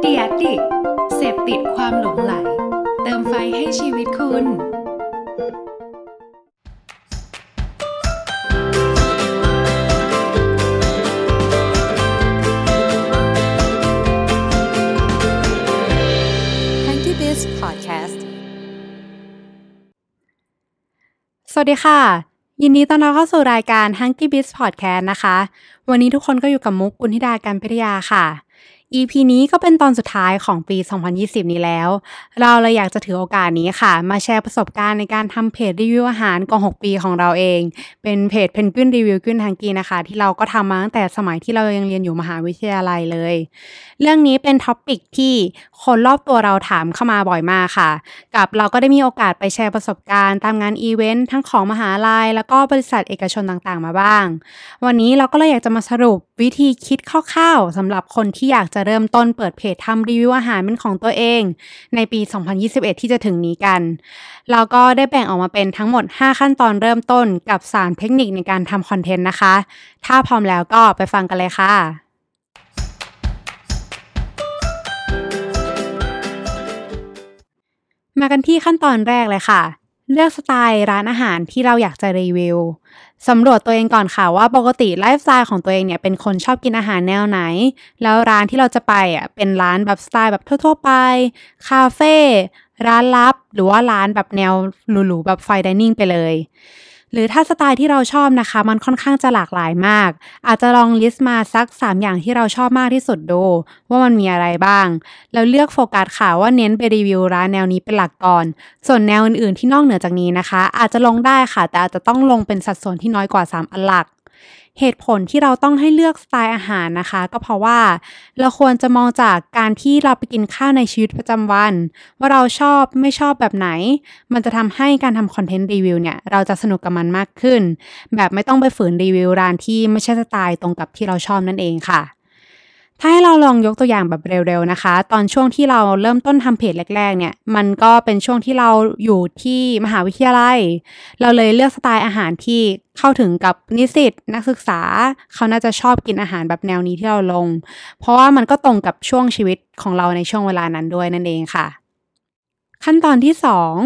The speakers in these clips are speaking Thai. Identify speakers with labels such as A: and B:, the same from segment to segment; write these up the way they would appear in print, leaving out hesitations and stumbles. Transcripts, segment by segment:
A: The Addict เสพติดความหลงใหลเติมไฟให้ชีวิตคุณ
B: Hanky Biz Podcast
C: สวัสดีค่ะยินดีต้อนรับเข้าสู่รายการ Hanky Biz Podcast นะคะวันนี้ทุกคนก็อยู่กับมุกกุลธิดาการพิทยาค่ะ EP นี้ก็เป็นตอนสุดท้ายของปี 2020 นี้แล้วเราเลยอยากจะถือโอกาสนี้ค่ะมาแชร์ประสบการณ์ในการทำเพจรีวิวอาหารกว่า6 ปีของเราเองเป็นเพจเพนกวินรีวิวกวินฮังกี้นะคะที่เราก็ทำมาตั้งแต่สมัยที่เรายังเรียนอยู่มหาวิทยาลัยเลยเรื่องนี้เป็นท็อปิกที่คนรอบตัวเราถามเข้ามาบ่อยมากค่ะกับเราก็ได้มีโอกาสไปแชร์ประสบการณ์ตามงานอีเวนต์ทั้งของมหาลัยแล้วก็บริษัทเอกชนต่างๆมาบ้างวันนี้เราก็เลยอยากจะมาสรุปวิธีคิดคร่าวๆสำหรับคนที่อยากจะเริ่มต้นเปิดเพจทำรีวิวอาหารเป็นของตัวเองในปี 2021 ที่จะถึงนี้กันเราก็ได้แบ่งออกมาเป็นทั้งหมด 5 ขั้นตอนเริ่มต้นกับ3เทคนิคในการทำคอนเทนต์นะคะถ้าพร้อมแล้วก็ไปฟังกันเลยค่ะมากันที่ขั้นตอนแรกเลยค่ะเลือกสไตล์ร้านอาหารที่เราอยากจะรีวิวสำรวจตัวเองก่อนค่ะว่าปกติไลฟ์สไตล์ของตัวเองเนี่ยเป็นคนชอบกินอาหารแนวไหนแล้วร้านที่เราจะไปเป็นร้านแบบสไตล์แบบทั่วๆไปคาเฟ่ร้านลับหรือว่าร้านแบบแนวหรูๆแบบไฟน์ไดนิ่งไปเลยหรือถ้าสไตล์ที่เราชอบนะคะมันค่อนข้างจะหลากหลายมากอาจจะลองลิสต์มาสัก3อย่างที่เราชอบมากที่สุดดูว่ามันมีอะไรบ้างแล้วเลือกโฟกัสค่ะว่าเน้นไปรีวิวร้านแนวนี้เป็นหลักก่อนส่วนแนวอื่นๆที่นอกเหนือจากนี้นะคะอาจจะลงได้ค่ะแต่อาจจะต้องลงเป็นสัดส่วนที่น้อยกว่า3อันหลักเหตุผลที่เราต้องให้เลือกสไตล์อาหารนะคะก็เพราะว่าเราควรจะมองจากการที่เราไปกินข้าวในชีวิตประจำวันว่าเราชอบไม่ชอบแบบไหนมันจะทำให้การทำคอนเทนต์รีวิวเนี่ยเราจะสนุกกับมันมากขึ้นแบบไม่ต้องไปฝืนรีวิวร้านที่ไม่ใช่สไตล์ตรงกับที่เราชอบนั่นเองค่ะถ้าให้เราลองยกตัวอย่างแบบเร็วๆนะคะตอนช่วงที่เราเริ่มต้นทำเพจแรกๆเนี่ยมันก็เป็นช่วงที่เราอยู่ที่มหาวิทยาลัยเราเลยเลือกสไตล์อาหารที่เข้าถึงกับนิสิตนักศึกษาเขาน่าจะชอบกินอาหารแบบแนวนี้ที่เราลงเพราะว่ามันก็ตรงกับช่วงชีวิตของเราในช่วงเวลานั้นด้วยนั่นเองค่ะขั้นตอนที่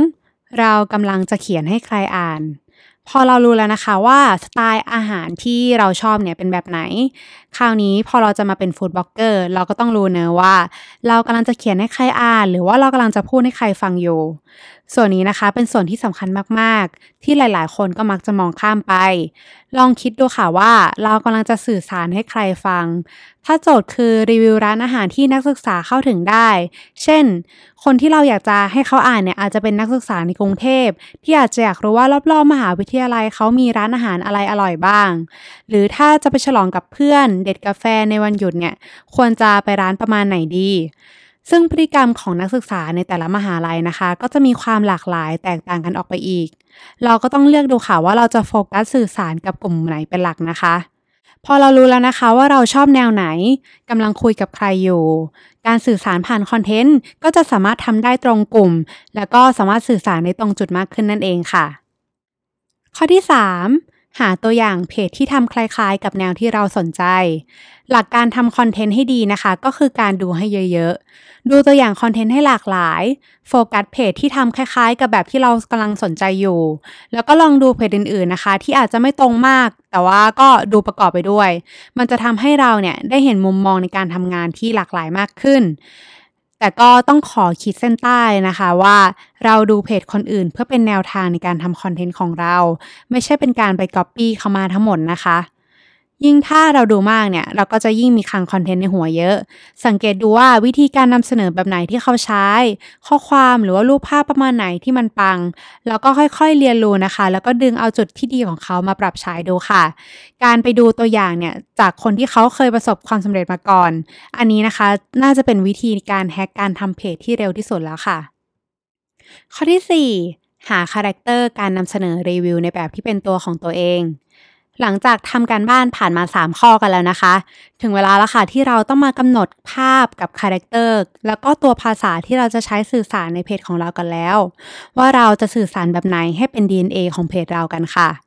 C: 2เรากำลังจะเขียนให้ใครอ่านพอเรารู้แล้วนะคะว่าสไตล์อาหารที่เราชอบเนี่ยเป็นแบบไหนคราวนี้พอเราจะมาเป็นฟู้ดบล็อกเกอร์เราก็ต้องรู้เนอะว่าเรากำลังจะเขียนให้ใครอ่านหรือว่าเรากำลังจะพูดให้ใครฟังอยู่ส่วนนี้นะคะเป็นส่วนที่สำคัญมากๆที่หลายๆคนก็มักจะมองข้ามไปลองคิดดูค่ะว่าเรากำลังจะสื่อสารให้ใครฟังถ้าโจทย์คือรีวิวร้านอาหารที่นักศึกษาเข้าถึงได้เช่นคนที่เราอยากจะให้เขาอ่านเนี่ยอาจจะเป็นนักศึกษาในกรุงเทพที่อาจจะอยากรู้ว่ารอบๆมหาวิทยาลัยเขามีร้านอาหารอะไรอร่อยบ้างหรือถ้าจะไปฉลองกับเพื่อนเด็ดกาแฟในวันหยุดเนี่ยควรจะไปร้านประมาณไหนดีซึ่งพฤติกรรมของนักศึกษาในแต่ละมหาลัยนะคะก็จะมีความหลากหลายแตกต่างกันออกไปอีกเราก็ต้องเลือกดูค่ะว่าเราจะโฟกัสสื่อสารกับกลุ่มไหนเป็นหลักนะคะพอเรารู้แล้วนะคะว่าเราชอบแนวไหนกำลังคุยกับใครอยู่การสื่อสารผ่านคอนเทนต์ก็จะสามารถทำได้ตรงกลุ่มแล้วก็สามารถสื่อสารในตรงจุดมากขึ้นนั่นเองค่ะข้อที่3หาตัวอย่างเพจที่ทำคล้ายๆกับแนวที่เราสนใจหลักการทำคอนเทนต์ให้ดีนะคะก็คือการดูให้เยอะๆดูตัวอย่างคอนเทนต์ให้หลากหลายโฟกัสเพจที่ทำคล้ายๆกับแบบที่เรากำลังสนใจอยู่แล้วก็ลองดูเพจอื่นๆนะคะที่อาจจะไม่ตรงมากแต่ว่าก็ดูประกอบไปด้วยมันจะทำให้เราเนี่ยได้เห็นมุมมองในการทำงานที่หลากหลายมากขึ้นแต่ก็ต้องขอขีดเส้นใต้นะคะว่าเราดูเพจคนอื่นเพื่อเป็นแนวทางในการทำคอนเทนต์ของเราไม่ใช่เป็นการไปก๊อปปี้เข้ามาทั้งหมดนะคะยิ่งถ้าเราดูมากเนี่ยเราก็จะยิ่งมีคลังคอนเทนต์ในหัวเยอะสังเกตดูว่าวิธีการนำเสนอแบบไหนที่เขาใช้ข้อความหรือว่ารูปภาพประมาณไหนที่มันปังแล้วก็ค่อยๆเรียนรู้นะคะแล้วก็ดึงเอาจุดที่ดีของเขามาปรับใช้ดูค่ะการไปดูตัวอย่างเนี่ยจากคนที่เขาเคยประสบความสำเร็จมาก่อนอันนี้นะคะน่าจะเป็นวิธีการแฮกการทำเพจที่เร็วที่สุดแล้วค่ะข้อที่4หาคาแรคเตอร์การนำเสนอรีวิวในแบบที่เป็นตัวของตัวเองหลังจากทำการบ้านผ่านมา3ข้อกันแล้วนะคะถึงเวลาแล้วค่ะที่เราต้องมากำหนดภาพกับคาแรคเตอร์แล้วก็ตัวภาษาที่เราจะใช้สื่อสารในเพจของเรากันแล้วว่าเราจะสื่อสารแบบไหนให้เป็น DNA ของเพจเรากันค่ะ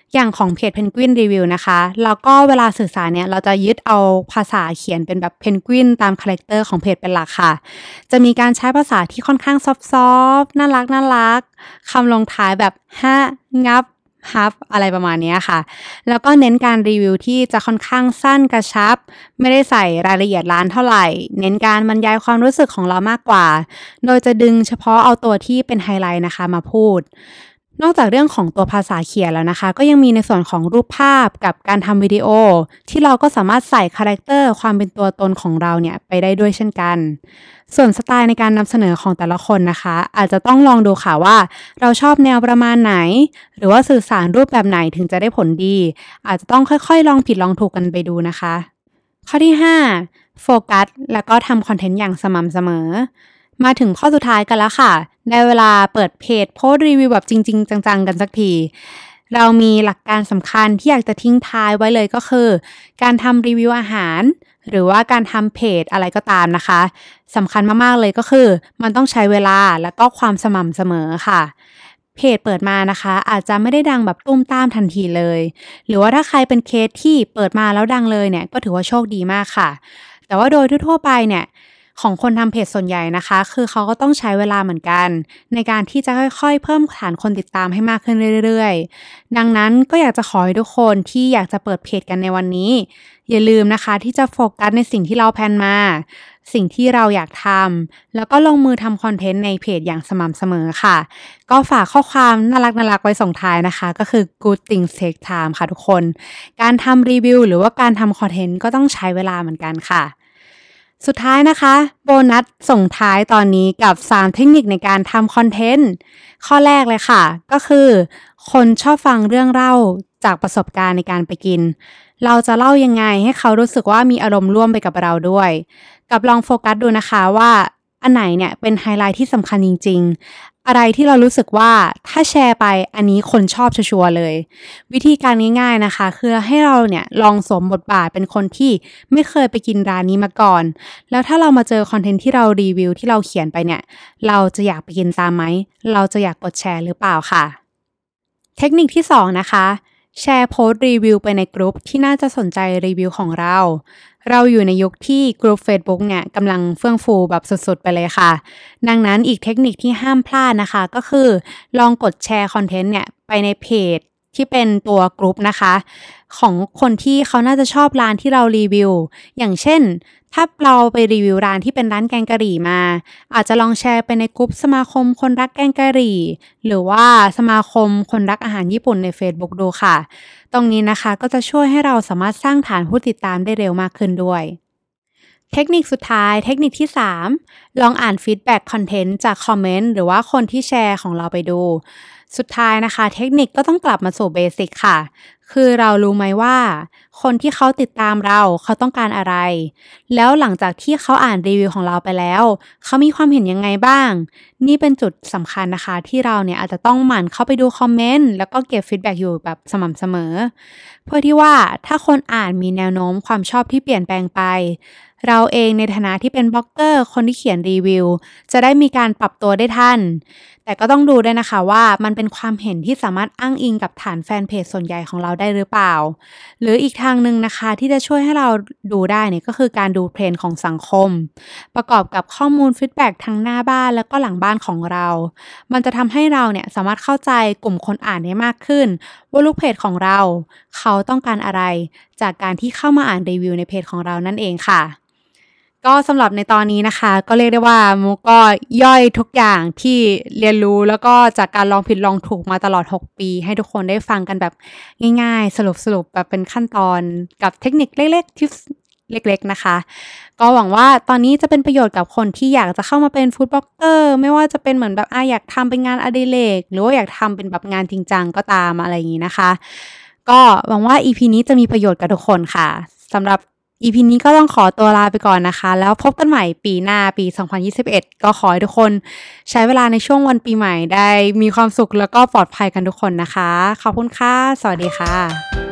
C: อย่างของเพจ Penguin Review นะคะแล้วก็เวลาสื่อสารเนี่ยเราจะยึดเอาภาษาเขียนเป็นแบบ Penguin ตามคาแรคเตอร์ของเพจเป็นหลักค่ะจะมีการใช้ภาษาที่ค่อนข้างซอฟต์ๆน่ารักคำลงท้ายแบบฮะงับฮับอะไรประมาณนี้ค่ะแล้วก็เน้นการรีวิวที่จะค่อนข้างสั้นกระชับไม่ได้ใส่รายละเอียดร้านเท่าไหร่เน้นการบรรยายความรู้สึกของเรามากกว่าโดยจะดึงเฉพาะเอาตัวที่เป็นไฮไลท์นะคะมาพูดนอกจากเรื่องของตัวภาษาเขียนแล้วนะคะก็ยังมีในส่วนของรูปภาพกับการทำวิดีโอที่เราก็สามารถใส่คาแรคเตอร์ความเป็นตัวตนของเราเนี่ยไปได้ด้วยเช่นกันส่วนสไตล์ในการนำเสนอของแต่ละคนนะคะอาจจะต้องลองดูค่ะว่าเราชอบแนวประมาณไหนหรือว่าสื่อสารรูปแบบไหนถึงจะได้ผลดีอาจจะต้องค่อยๆลองผิดลองถูกกันไปดูนะคะข้อที่5โฟกัสแล้วก็ทำคอนเทนต์อย่างสม่ำเสมอมาถึงข้อสุดท้ายกันแล้วค่ะได้เวลาเปิดเพจโพสต์รีวิวแบบจริงๆจังๆกันสักทีเรามีหลักการสำคัญที่อยากจะทิ้งท้ายไว้เลยก็คือการทำรีวิวอาหารหรือว่าการทำเพจอะไรก็ตามนะคะสำคัญมากๆเลยก็คือมันต้องใช้เวลาและก็ความสม่ำเสมอค่ะเพจเปิดมานะคะอาจจะไม่ได้ดังแบบตุ้มตามทันทีเลยหรือว่าถ้าใครเป็นเคสที่เปิดมาแล้วดังเลยเนี่ยก็ถือว่าโชคดีมากค่ะแต่ว่าโดยทั่วๆไปเนี่ยของคนทำเพจส่วนใหญ่นะคะคือเขาก็ต้องใช้เวลาเหมือนกันในการที่จะค่อยๆเพิ่มฐานคนติดตามให้มากขึ้นเรื่อยๆดังนั้นก็อยากจะขอให้ทุกคนที่อยากจะเปิดเพจกันในวันนี้อย่าลืมนะคะที่จะโฟกัสในสิ่งที่เราแพลนมาสิ่งที่เราอยากทำแล้วก็ลงมือทำคอนเทนต์ในเพจอย่างสม่ำเสมอค่ะก็ฝากข้อความน่ารักไว้ส่งท้ายนะคะก็คือ good things take time ค่ะทุกคนการทำรีวิวหรือว่าการทำคอนเทนต์ก็ต้องใช้เวลาเหมือนกันค่ะสุดท้ายนะคะโบนัสส่งท้ายตอนนี้กับ3เทคนิคในการทำคอนเทนต์ข้อแรกเลยค่ะก็คือคนชอบฟังเรื่องเล่าจากประสบการณ์ในการไปกินเราจะเล่ายังไงให้เขารู้สึกว่ามีอารมณ์ร่วมไปกับเราด้วยกับลองโฟกัสดูนะคะว่าอันไหนเนี่ยเป็นไฮไลท์ที่สำคัญจริงๆอะไรที่เรารู้สึกว่าถ้าแชร์ไปอันนี้คนชอบชัวร์เลยวิธีการง่ายๆนะคะคือให้เราเนี่ยลองสวมบทบาทเป็นคนที่ไม่เคยไปกินร้านนี้มาก่อนแล้วถ้าเรามาเจอคอนเทนต์ที่เรารีวิวที่เราเขียนไปเนี่ยเราจะอยากไปกินตามไหมเราจะอยากกดแชร์หรือเปล่าค่ะเทคนิคที่2นะคะแชร์โพสต์รีวิวไปในกลุ่มที่น่าจะสนใจรีวิวของเราอยู่ในยุคที่กลุ่ม Facebook เนี่ยกำลังเฟื่องฟูแบบสุดๆไปเลยค่ะดังนั้นอีกเทคนิคที่ห้ามพลาดนะคะก็คือลองกดแชร์คอนเทนต์เนี่ยไปในเพจที่เป็นตัวกลุ่มนะคะของคนที่เขาน่าจะชอบร้านที่เรารีวิวอย่างเช่นถ้าเราไปรีวิวร้านที่เป็นร้านแกงกะหรี่มาอาจจะลองแชร์ไปในกลุ่มสมาคมคนรักแกงกะหรี่หรือว่าสมาคมคนรักอาหารญี่ปุ่นใน Facebook ดูค่ะตรงนี้นะคะก็จะช่วยให้เราสามารถสร้างฐานผู้ติดตามได้เร็วมากขึ้นด้วยเทคนิคสุดท้ายเทคนิคที่3ลองอ่านฟีดแบ็กคอนเทนต์จากคอมเมนต์หรือว่าคนที่แชร์ของเราไปดูสุดท้ายนะคะเทคนิคก็ต้องกลับมาสู่เบสิกค่ะคือเรารู้ไหมว่าคนที่เขาติดตามเราเขาต้องการอะไรแล้วหลังจากที่เขาอ่านรีวิวของเราไปแล้วเขามีความเห็นยังไงบ้างนี่เป็นจุดสำคัญนะคะที่เราเนี่ยอาจจะต้องหมั่นเข้าไปดูคอมเมนต์แล้วก็เก็บฟีดแบ็กอยู่แบบสม่ำเสมอเพื่อที่ว่าถ้าคนอ่านมีแนวโน้มความชอบที่เปลี่ยนแปลงไปเราเองในฐานะที่เป็นบล็อกเกอร์คนที่เขียนรีวิวจะได้มีการปรับตัวได้ทันแต่ก็ต้องดูด้วยนะคะว่ามันเป็นความเห็นที่สามารถอ้างอิงกับฐานแฟนเพจส่วนใหญ่ของเราได้หรือเปล่าหรืออีกทางนึงนะคะที่จะช่วยให้เราดูได้เนี่ยก็คือการดูเทรนด์ของสังคมประกอบกับข้อมูลฟีดแบ็กทั้งหน้าบ้านแล้วก็หลังบ้านของเรามันจะทำให้เราเนี่ยสามารถเข้าใจกลุ่มคนอ่านได้มากขึ้นว่าลูกเพจของเราเขาต้องการอะไรจากการที่เข้ามาอ่านรีวิวในเพจของเรานั่นเองค่ะก็สำหรับในตอนนี้นะคะก็เรียกได้ว่ามุกก็ย่อยทุกอย่างที่เรียนรู้แล้วก็จากการลองผิดลองถูกมาตลอด6ปีให้ทุกคนได้ฟังกันแบบง่ายๆสรุปแบบเป็นขั้นตอนกับเทคนิคเล็กๆทิปเล็กๆนะคะก็หวังว่าตอนนี้จะเป็นประโยชน์กับคนที่อยากจะเข้ามาเป็นฟู้ดบล็อกเกอร์ไม่ว่าจะเป็นเหมือนแบบอยากทำเป็นงานอดิเรกหรือว่าอยากทำเป็นแบบงานจริงจังก็ตามอะไรอย่างนี้นะคะก็หวังว่า EP นี้จะมีประโยชน์กับทุกคนค่ะสำหรับEP นี้ก็ต้องขอตัวลาไปก่อนนะคะแล้วพบกันใหม่ปีหน้าปี2021ก็ขอให้ทุกคนใช้เวลาในช่วงวันปีใหม่ได้มีความสุขแล้วก็ปลอดภัยกันทุกคนนะคะขอบคุณค่ะสวัสดีค่ะ